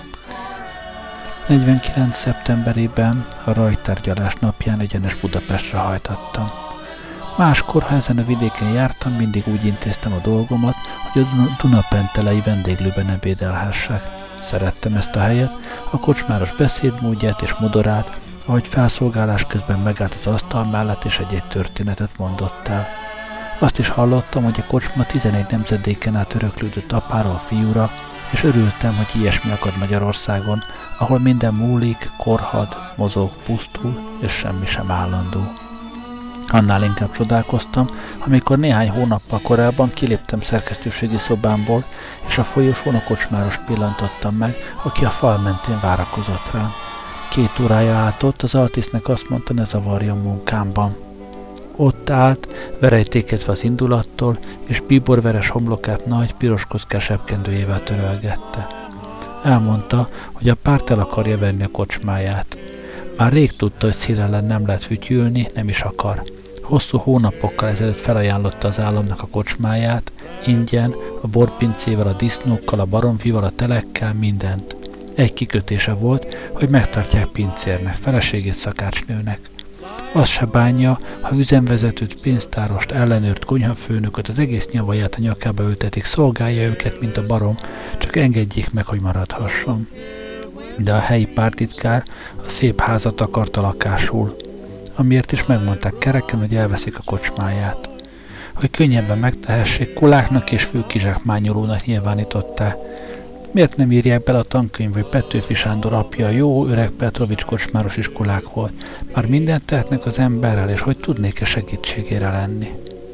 49. szeptemberében a rajttárgyalás napján egyenes Budapestre hajtattam. Máskor, ha ezen a vidéken jártam, mindig úgy intéztem a dolgomat, hogy a Dunapentelei vendéglőben ebédelhessek. Szerettem ezt a helyet, a kocsmáros beszédmódját és modorát, ahogy felszolgálás közben megállt az asztal mellett és egy történetet mondott el. Azt is hallottam, hogy a kocsma 11 nemzedéken át öröklődött apáról fiúra, és örültem, hogy ilyesmi akad Magyarországon, ahol minden múlik, korhad, mozog, pusztul, és semmi sem állandó. Annál inkább csodálkoztam, amikor néhány hónappal korábban kiléptem szerkesztőségi szobámból, és a folyosón a kocsmáros pillantottam meg, aki a fal mentén várakozott rám. 2 órája állt ott, az Altisznek azt mondta, ne zavarjon munkámban. Ott állt, verejtékezve az indulattól, és bíborveres homlokát nagy, piros kockás zsebkendőjével törölgette. Elmondta, hogy a párt el akarja venni a kocsmáját. Már rég tudta, hogy szél ellen nem lehet fütyülni, nem is akar. Hosszú hónapokkal ezelőtt felajánlotta az államnak a kocsmáját, ingyen, a borpincével, a disznókkal, a baromfival, a telekkel, mindent. Egy kikötése volt, hogy megtartják pincérnek, feleségét szakácsnőnek. Azt se bánja, ha üzemvezetőt, pénztárost, ellenőrt, konyhafőnököt, az egész nyavaját a nyakába ültetik, szolgálja őket, mint a barom, csak engedjék meg, hogy maradhasson. De a helyi pártitkár a szép házat akarta lakásul, amiért is megmondták kereken, hogy elveszik a kocsmáját. Hogy könnyebben megtehessék, kuláknak és főkizsákmányolónak nyilvánították. Miért nem írják bele a tankönyv, hogy Petőfi Sándor apja a jó öreg Petrovics kocsmáros iskolák volt? Már mindent tehetnek az emberrel, és hogy tudnék-e segítségére lenni?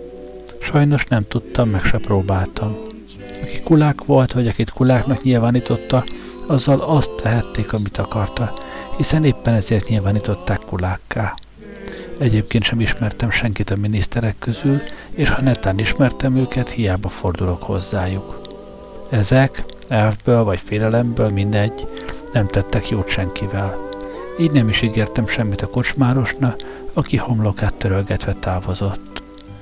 Sajnos nem tudtam, meg se próbáltam. Aki kulák volt, vagy akit kuláknak nyilvánította, azzal azt tehették, amit akarta, hiszen éppen ezért nyilvánították kulákká. Egyébként sem ismertem senkit a miniszterek közül, és ha netán ismertem őket, hiába fordulok hozzájuk. Ezek, elfből vagy félelemből, mindegy, nem tettek jót senkivel. Így nem is ígértem semmit a kocsmárosnak, aki homlokát törölgetve távozott.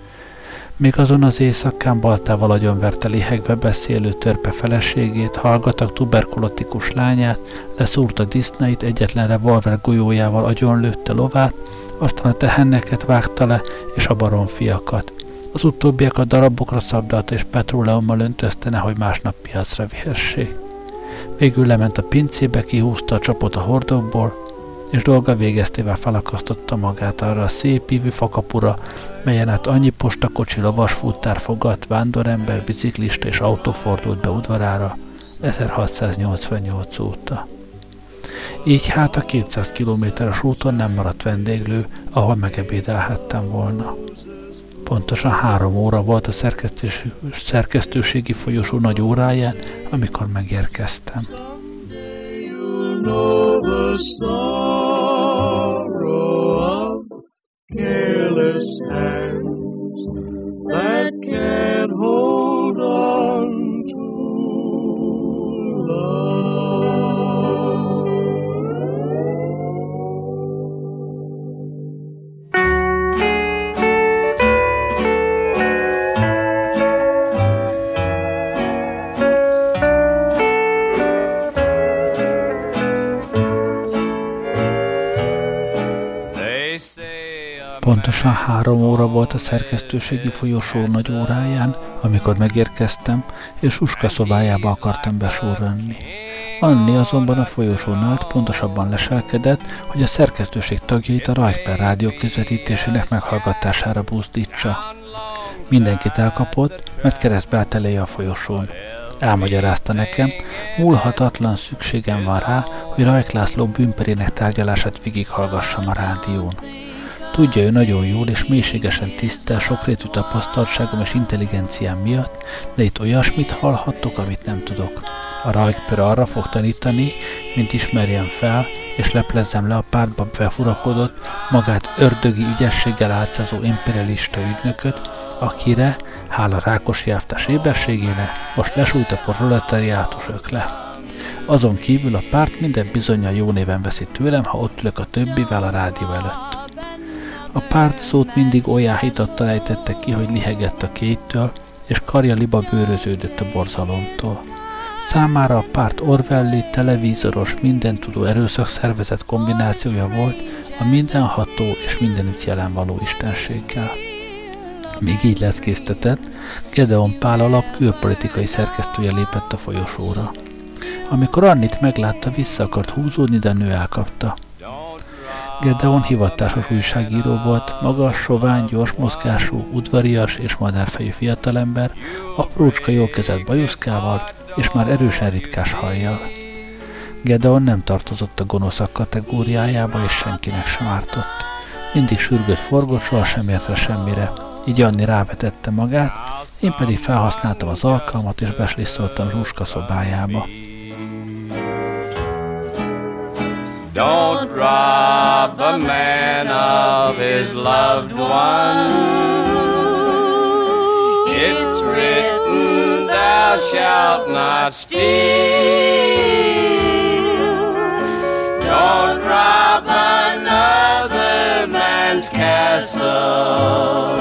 Még azon az éjszakán baltával agyonverte lihegve beszélő törpe feleségét, hallgatag tuberkulotikus lányát, leszúrta disznait, egyetlen revolver golyójával agyonlőtte lovát, aztán a tehenneket vágta le, és a baromfiakat. Az utóbbiakat darabokra szabdalta, és petróleummal öntözte, nehogy másnap piacra vihessék. Végül lement a pincébe, kihúzta a csapot a hordókból, és dolga végeztével felakasztotta magát arra a szép ívű fakapura, melyen át annyi postakocsi, lovasfuttár fogadt, vándorember, biciklista és autó fordult be udvarára 1688 óta. Így hát a 200 kilométeres úton nem maradt vendéglő, ahol megebédelhettem volna. Pontosan 3 óra volt a szerkesztőségi folyosó nagy óráján, amikor megérkeztem. You'll know the sorrow of careless hands that can't hold on to love. Pontosan 3 óra volt a szerkesztőségi folyosó nagy óráján, amikor megérkeztem, és Zsuska szobájába akartam besurranni. Anni azonban a folyosón állt, pontosabban leselkedett, hogy a szerkesztőség tagjait a Rajkper rádió közvetítésének meghallgatására buzdítsa. Mindenkit elkapott, mert keresztbe állt eleje a folyosón. Elmagyarázta nekem, múlhatatlan szükségem van rá, hogy Rajk László bűnperének tárgyalását végighallgassam a rádión. Tudja, ő nagyon jól és mélységesen tisztel sokrétű tapasztaltságom és intelligenciám miatt, de itt olyasmit hallhattok, amit nem tudok. A Rajkper arra fog tanítani, mint ismerjem fel, és leplezzem le a pártba befurakodott, magát ördögi ügyességgel álcázó imperialista ügynököt, akire, hála Rákosi elvtárs éberségének, most lesújt a proletariátus ökle. Azon kívül a párt minden bizonnyal jó néven veszi tőlem, ha ott ülök a többivel a rádió előtt. A párt szót mindig olyan hitattal ejtette ki, hogy lihegett a kéttől, és karja liba bőröződött a borzalomtól. Számára a párt Orwelli, televízoros, mindentudó erőszakszervezet kombinációja volt a mindenható és mindenütt jelen való istenséggel. Még így leckésztetett, Gedeon Pál alap külpolitikai szerkesztője lépett a folyosóra. Amikor Annit meglátta, vissza akart húzódni, de a nő elkapta. Gedeon hivatásos újságíró volt, magas, sovány, gyors mozgású, udvarias és madárfejű fiatalember, aprócska jól kezelt bajuszkával és már erősen ritkás hajjal. Gedeon nem tartozott a gonoszak kategóriájába és senkinek sem ártott. Mindig sürgött forgott, sohasem ért rá semmire, így Anni rávetette magát, én pedig felhasználtam az alkalmat és beslisszoltam Zsuska szobájába. Don't rob a man of his loved one. It's written, thou shalt not steal. Don't rob another man's castle,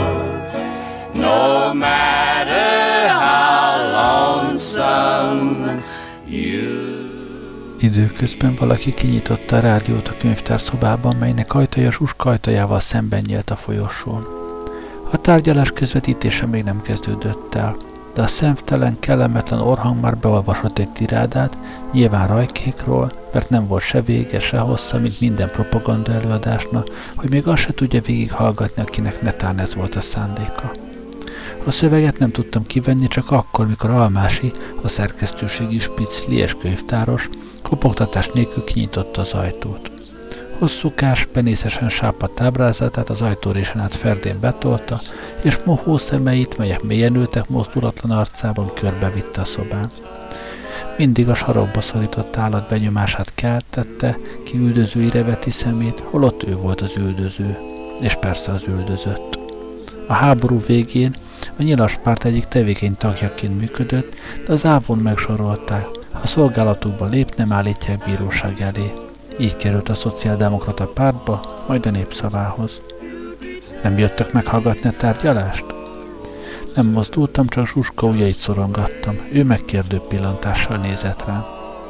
no matter how lonesome you. Időközben valaki kinyitotta a rádiót a könyvtárszobában, melynek ajtaja Zsuska ajtajával szemben nyílt a folyosón. A tárgyalás közvetítése még nem kezdődött el, de a szemtelen, kellemetlen orhang már beolvasott egy tirádát, nyilván Rajkékról, mert nem volt se vége, se hossza, mint minden propaganda előadásnak, hogy még azt se tudja végighallgatni, akinek netán ez volt a szándéka. A szöveget nem tudtam kivenni csak akkor, mikor Almási, a szerkesztőségi spicli és könyvtáros, kopogtatás nélkül kinyitotta az ajtót. Hosszúkás, penészesen sápadt ábrázatát az ajtórésen át ferdén betolta, és mohó szemeit, melyek mélyen ültek mozdulatlan arcában körbevitte a szobán. Mindig a sarokba szorított állat benyomását keltette, ki üldözőire veti szemét, holott ő volt az üldöző, és persze az üldözött. A háború végén a nyilaspárt egyik tevékeny tagjaként működött, de az ávon megsorolták, ha szolgálatukba lép, nem állítják bíróság elé. Így került a szociáldemokrata pártba, majd a Népszavához. Nem jöttek meghallgatni a tárgyalást? Nem mozdultam, csak Zsuska ujjait szorongattam. Ő megkérdő pillantással nézett rám.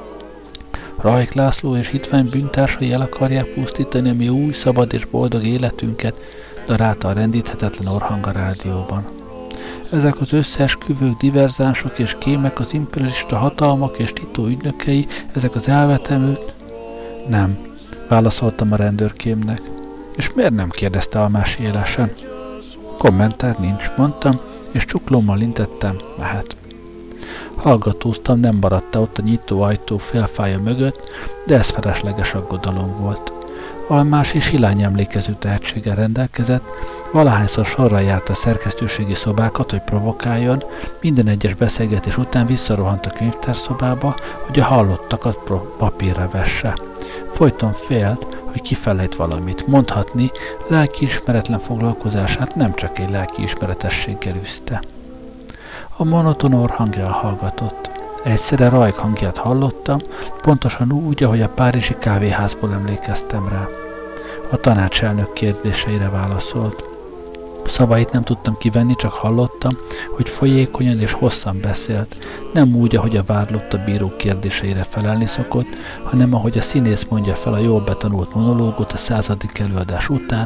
Rajk László és hitvány bűntársai el akarják pusztítani a mi új, szabad és boldog életünket, darálta a rendíthetetlen orhang a rádióban. Ezek az összeesküvők, diverzánsok és kémek, az imperialista hatalmak és titó ügynökei, ezek az elvetemült? Nem, válaszoltam a rendőrkémnek. És miért nem kérdezte Almási élesen? Kommentár nincs, mondtam, és csuklómmal intettem, mehet. Hallgatóztam, nem maradt ott a nyitó ajtó félfája mögött, de ez felesleges aggodalom volt. Almási silány emlékező tehetséggel rendelkezett, valahányszor sorra járt a szerkesztőségi szobákat, hogy provokáljon, minden egyes beszélgetés után visszarohant a könyvtárszobába, hogy a hallottakat papírra vesse. Folyton félt, hogy kifelejt valamit, mondhatni, lelkiismeretlen foglalkozását nem csak egy lelkiismeretességgel űzte. A monoton orhang elhallgatott. Egyszerre Rajk hangját hallottam, pontosan úgy, ahogy a párizsi kávéházból emlékeztem rá. A tanácselnök kérdéseire válaszolt. Szavait nem tudtam kivenni, csak hallottam, hogy folyékonyan és hosszan beszélt, nem úgy, ahogy a vádlott a bíró kérdéseire felelni szokott, hanem ahogy a színész mondja fel a jól betanult monológot a 100. előadás után,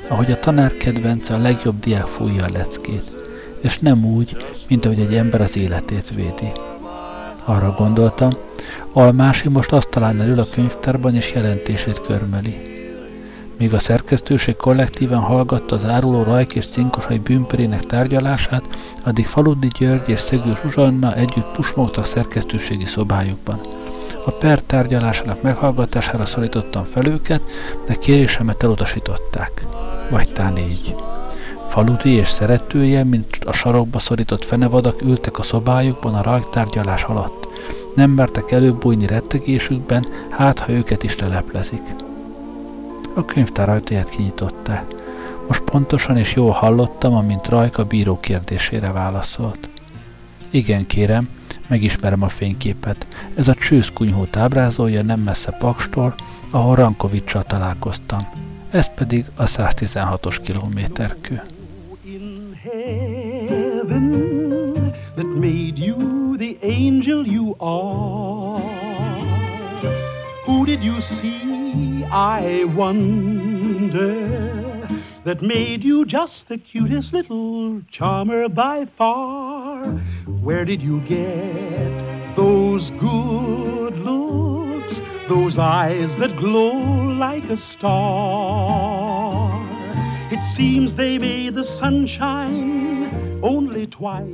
ahogy a tanár kedvence a legjobb diák fújja a leckét, és nem úgy, mint ahogy egy ember az életét védi. Arra gondoltam, Almási most asztalánál ül a könyvtárban és jelentését körmöli. Míg a szerkesztőség kollektíven hallgatta az áruló Rajk és Cinkosai bűnperének tárgyalását, addig Faludi György és Szegő Zsuzsanna együtt pusmogtak szerkesztőségi szobájukban. A per tárgyalásának meghallgatására szorítottam fel őket, de kérésemet elutasították. Vagy tán így. Faludi és szeretője, mint a sarokba szorított fenevadak ültek a szobájukban a Rajk tárgyalás alatt. Nem mertek előbújni rettegésükben, hát ha őket is leleplezik. A könyvtár ajtaját kinyitották. Most pontosan és jól hallottam, amint Rajk a bíró kérdésére válaszolt. Igen, kérem, megismerem a fényképet. Ez a csőszkunyhót ábrázolja nem messze Pakstól, ahol Rankovics-sal találkoztam. Ez pedig a 116-os kilométerkő. That made you the angel you are. Who did you see, I wonder, that made you just the cutest little charmer by far? Where did you get those good looks, those eyes that glow like a star? It seems they made the sunshine only twice.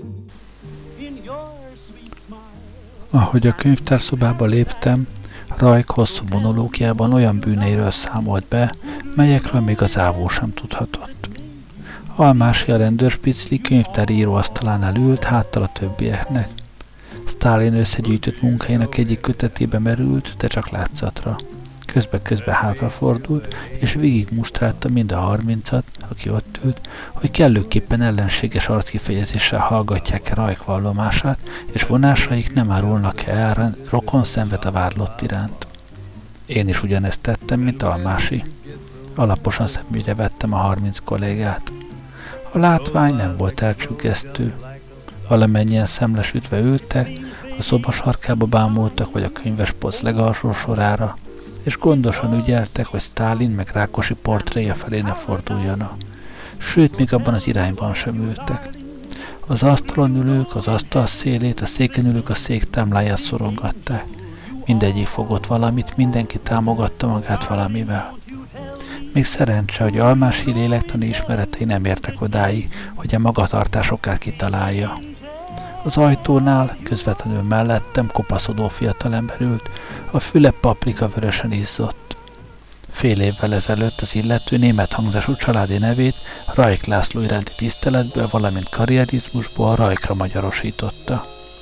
Ahogy a könyvtárszobába léptem, Rajk hosszú monológiában olyan bűneiről számolt be, melyekről még az ávó sem tudhatott. Almási a rendőrspicli könyvtári íróasztalánál ült háttal a többieknek. Sztálin összegyűjtött munkáinak egyik kötetébe merült, de csak látszatra. Közbe-közbe hátrafordult, és végig mustrálta mind a 30-at, aki ott ült, hogy kellőképpen ellenséges arckifejezéssel hallgatják-e Rajk vallomását, és vonásaik nem árulnak-e el rokon szenved a vádlott iránt. Én is ugyanezt tettem, mint Almási. Alaposan szemügyre vettem a 30 kollégát. A látvány nem volt elcsüggesztő. Valamennyien szemlesütve ültek, a szoba sarkába bámultak, vagy a könyvespolc legalsó sorára, és gondosan ügyeltek, hogy Sztálin meg Rákosi portréja felé ne forduljanak. Sőt, még abban az irányban sem ültek. Az asztalon ülők az asztal szélét, a széken ülők a szék támláját szorongatták. Mindegyik fogott valamit, mindenki támogatta magát valamivel. Még szerencse, hogy Almási lélektani ismeretei nem értek odáig, hogy a magatartásokát kitalálja. Az ajtónál, közvetlenül mellettem kopaszodó fiatalember ült, a füle paprika vörösen izzott. Fél évvel ezelőtt az illető német hangzású családi nevét Rajk László iránti tiszteletből, valamint karrierizmusból Rajkra magyarosította.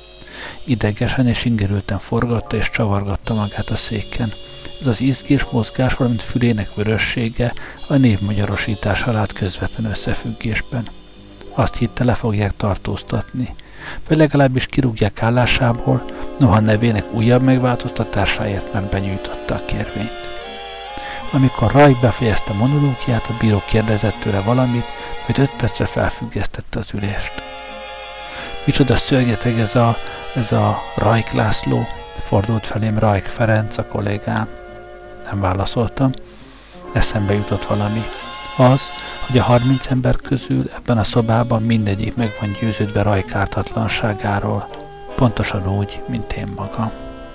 Idegesen és ingerülten forgatta és csavargatta magát a széken. Ez az izgés mozgás, valamint fülének vörössége a név magyarosítása lát közvetlen összefüggésben. Azt hitte, le fogják tartóztatni, vagy legalábbis kirúgják állásából, noha nevének újabb megváltoztatásáért már benyújtotta a kérvényt. Amikor Rajk befejezte monológiát, a bíró kérdezett tőle valamit, majd 5 percre felfüggesztette az ülést. Micsoda szörnyeteg ez a Rajk László, fordult felém Rajk Ferenc, a kollégám. Nem válaszoltam. Eszembe jutott valami. Az, hogy a 30 ember közül ebben a szobában mindegyik meg van győződve Rajk ártatlanságáról, pontosan úgy, mint én magam.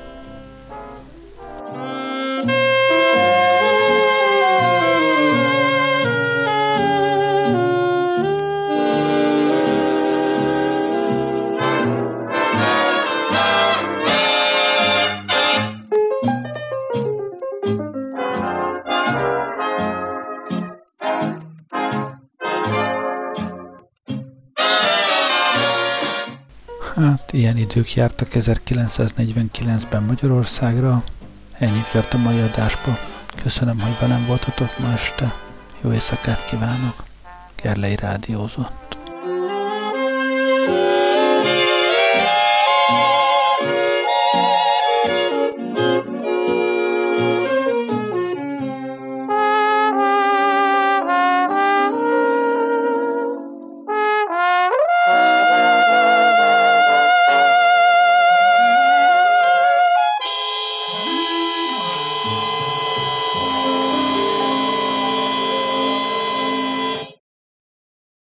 Hát, ilyen idők jártak 1949-ben Magyarországra. Ennyi fért a mai adásba. Köszönöm, hogy velem voltatok ma este. Jó éjszakát kívánok. Gerlei rádiózott.